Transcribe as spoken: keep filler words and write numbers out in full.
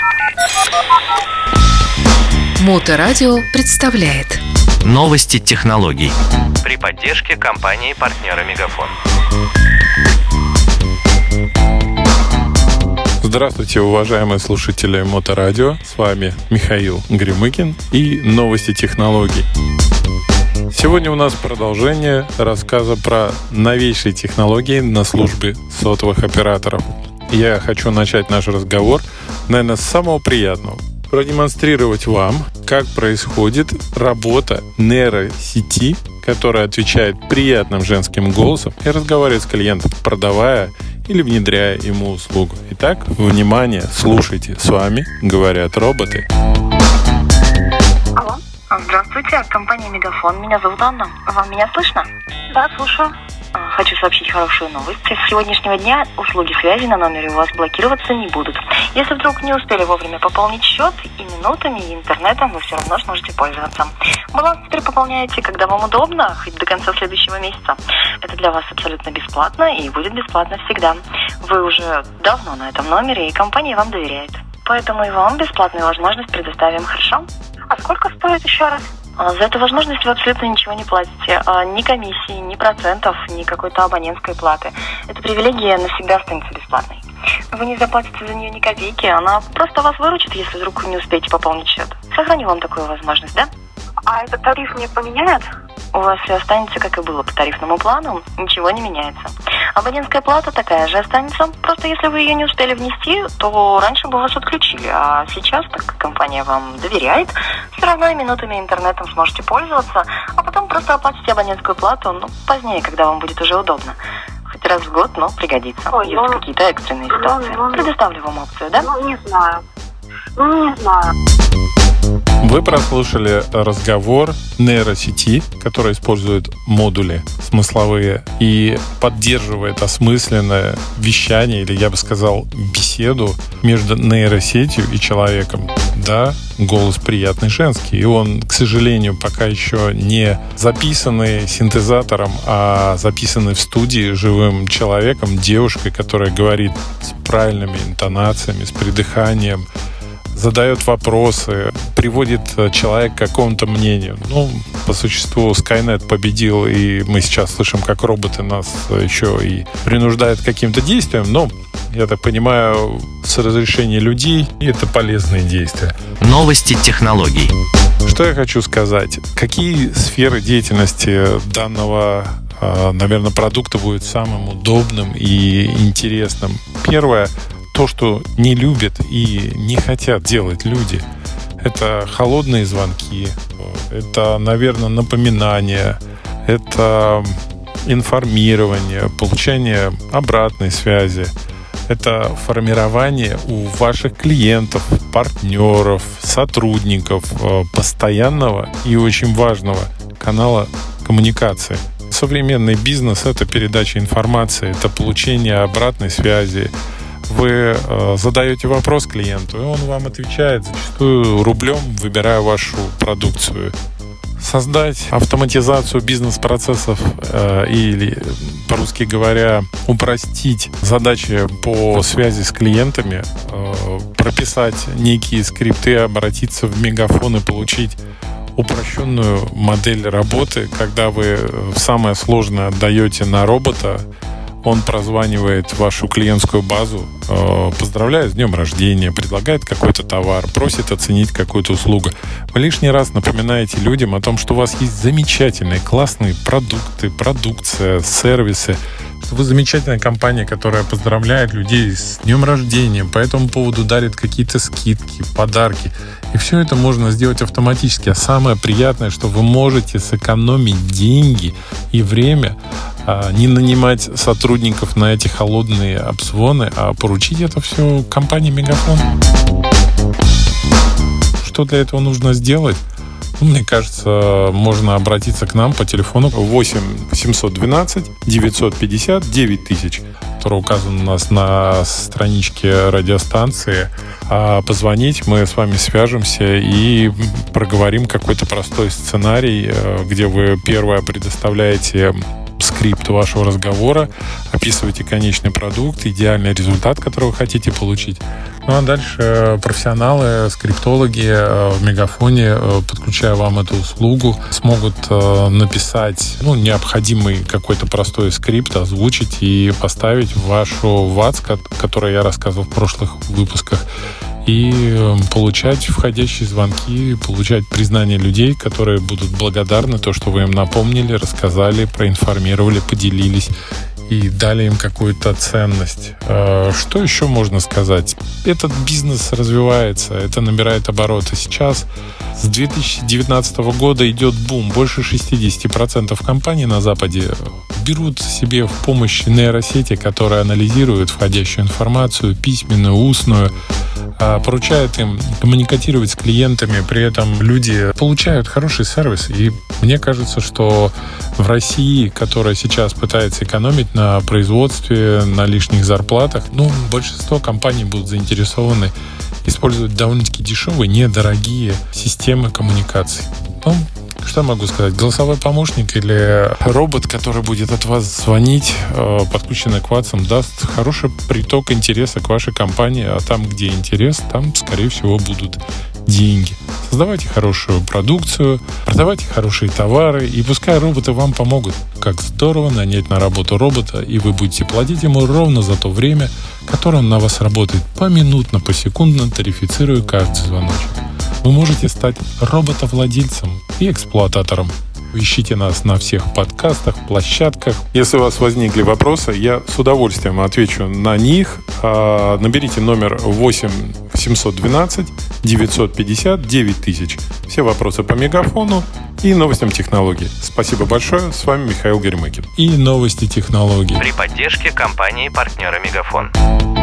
Моторадио представляет новости технологий при поддержке компании-партнера Мегафон. Здравствуйте, уважаемые слушатели Моторадио. С вами Михаил Гремыкин и новости технологий. Сегодня у нас продолжение рассказа про новейшие технологии на службе сотовых операторов. Я хочу начать наш разговор, наверное, с самого приятного. Продемонстрировать вам, как происходит работа нейросети, которая отвечает приятным женским голосом и разговаривает с клиентом, продавая или внедряя ему услугу. Итак, внимание, слушайте. С вами говорят роботы. Алло. Здравствуйте, компания Мегафон. Меня зовут Анна. Вам меня слышно? Да, слушаю. Хочу сообщить хорошую новость. С сегодняшнего дня услуги связи на номере у вас блокироваться не будут. Если вдруг не успели вовремя пополнить счет, и минутами, и интернетом вы все равно сможете пользоваться. Баланс теперь пополняете, когда вам удобно, хоть до конца следующего месяца. Это для вас абсолютно бесплатно и будет бесплатно всегда. Вы уже давно на этом номере, и компания вам доверяет. Поэтому и вам бесплатную возможность предоставим, хорошо? А сколько стоит еще раз? За эту возможность вы абсолютно ничего не платите. Ни комиссии, ни процентов, ни какой-то абонентской платы. Эта привилегия навсегда останется бесплатной. Вы не заплатите за нее ни копейки, она просто вас выручит, если вдруг не успеете пополнить счет. Сохраню вам такую возможность, да? А этот тариф не поменяют? У вас все останется, как и было по тарифному плану, ничего не меняется. Абонентская плата такая же останется, просто если вы ее не успели внести, то раньше бы вас отключили, а сейчас, так как компания вам доверяет, все равно и минутами интернетом сможете пользоваться, а потом просто оплатите абонентскую плату, ну, позднее, когда вам будет уже удобно. Хоть раз в год, но пригодится. Ой, есть ну, какие-то экстренные ситуации. Ну, ну, Предоставлю вам опцию, да? Ну, не знаю. Ну, не знаю. Вы прослушали разговор нейросети, которая использует модули смысловые и поддерживает осмысленное вещание, или я бы сказал, беседу между нейросетью и человеком. Да, голос приятный женский, и он, к сожалению, пока еще не записанный синтезатором, а записанный в студии живым человеком, девушкой, которая говорит с правильными интонациями, с придыханием, задает вопросы, приводит человека к какому-то мнению. Ну, по существу, Skynet победил, и мы сейчас слышим, как роботы нас еще и принуждают к каким-то действиям, но, я так понимаю, с разрешения людей это полезные действия. Новости технологий. Что я хочу сказать? Какие сферы деятельности данного, наверное, продукта будут самым удобным и интересным? Первое — то, что не любят и не хотят делать люди. Это холодные звонки, это, наверное, напоминания, это информирование, получение обратной связи, это формирование у ваших клиентов, партнеров, сотрудников постоянного и очень важного канала коммуникации. Современный бизнес — это передача информации, это получение обратной связи. Вы э, задаете вопрос клиенту, и он вам отвечает, зачастую рублем, выбирая вашу продукцию. Создать автоматизацию бизнес-процессов э, или, по-русски говоря, упростить задачи по связи с клиентами, э, прописать некие скрипты, обратиться в Мегафон и получить упрощенную модель работы, когда вы самое сложное отдаете на робота. Он прозванивает вашу клиентскую базу, поздравляет с днем рождения, предлагает какой-то товар, просит оценить какую-то услугу. Вы лишний раз напоминаете людям о том, что у вас есть замечательные, классные продукты, продукция, сервисы, что вы замечательная компания, которая поздравляет людей с днем рождения, по этому поводу дарит какие-то скидки, подарки. И все это можно сделать автоматически. А самое приятное, что вы можете сэкономить деньги и время, не нанимать сотрудников на эти холодные обзвоны, а поручить это все компании Мегафон. Что для этого нужно сделать? Ну, мне кажется, можно обратиться к нам по телефону восемь восемьсот двенадцать девятьсот пятьдесят девять тысяч, который указан у нас на страничке радиостанции. А позвонить, мы с вами свяжемся и проговорим какой-то простой сценарий, где вы первое предоставляете скрипт вашего разговора, описываете конечный продукт, идеальный результат, который вы хотите получить. Ну а дальше профессионалы, скриптологи в Мегафоне, подключая вам эту услугу, смогут написать ну, необходимый какой-то простой скрипт, озвучить и поставить в вашу ВАЦ, о которой я рассказывал в прошлых выпусках, и получать входящие звонки, получать признание людей, которые будут благодарны то, что вы им напомнили, рассказали, проинформировали, поделились и дали им какую-то ценность. Что еще можно сказать? Этот бизнес развивается, это набирает обороты. Сейчас с две тысячи девятнадцатого года идет бум. Больше шестьдесят процентов компаний на Западе берут себе в помощь нейросети, которые анализируют входящую информацию, письменную, устную, поручают им коммуникировать с клиентами, при этом люди получают хороший сервис. И мне кажется, что в России, которая сейчас пытается экономить на производстве, на лишних зарплатах, ну, большинство компаний будут заинтересованы использовать довольно-таки дешевые, недорогие системы коммуникаций. Ну, что я могу сказать? Голосовой помощник или робот, который будет от вас звонить, подключенный к ватсам, даст хороший приток интереса к вашей компании, а там, где интерес, там, скорее всего, будут деньги. Создавайте хорошую продукцию, продавайте хорошие товары, и пускай роботы вам помогут. Как здорово нанять на работу робота, и вы будете платить ему ровно за то время, которое он на вас работает, поминутно, посекундно, тарифицируя каждый звоночек. Вы можете стать роботовладельцем и эксплуататором. Ищите нас на всех подкастах, площадках. Если у вас возникли вопросы, я с удовольствием отвечу на них. Наберите номер восемь семьсот двенадцать девятьсот пятьдесят девять тысяч. Все вопросы по Мегафону и новостям технологий. Спасибо большое. С вами Михаил Горемыкин. И новости технологий. При поддержке компании-партнера Мегафон.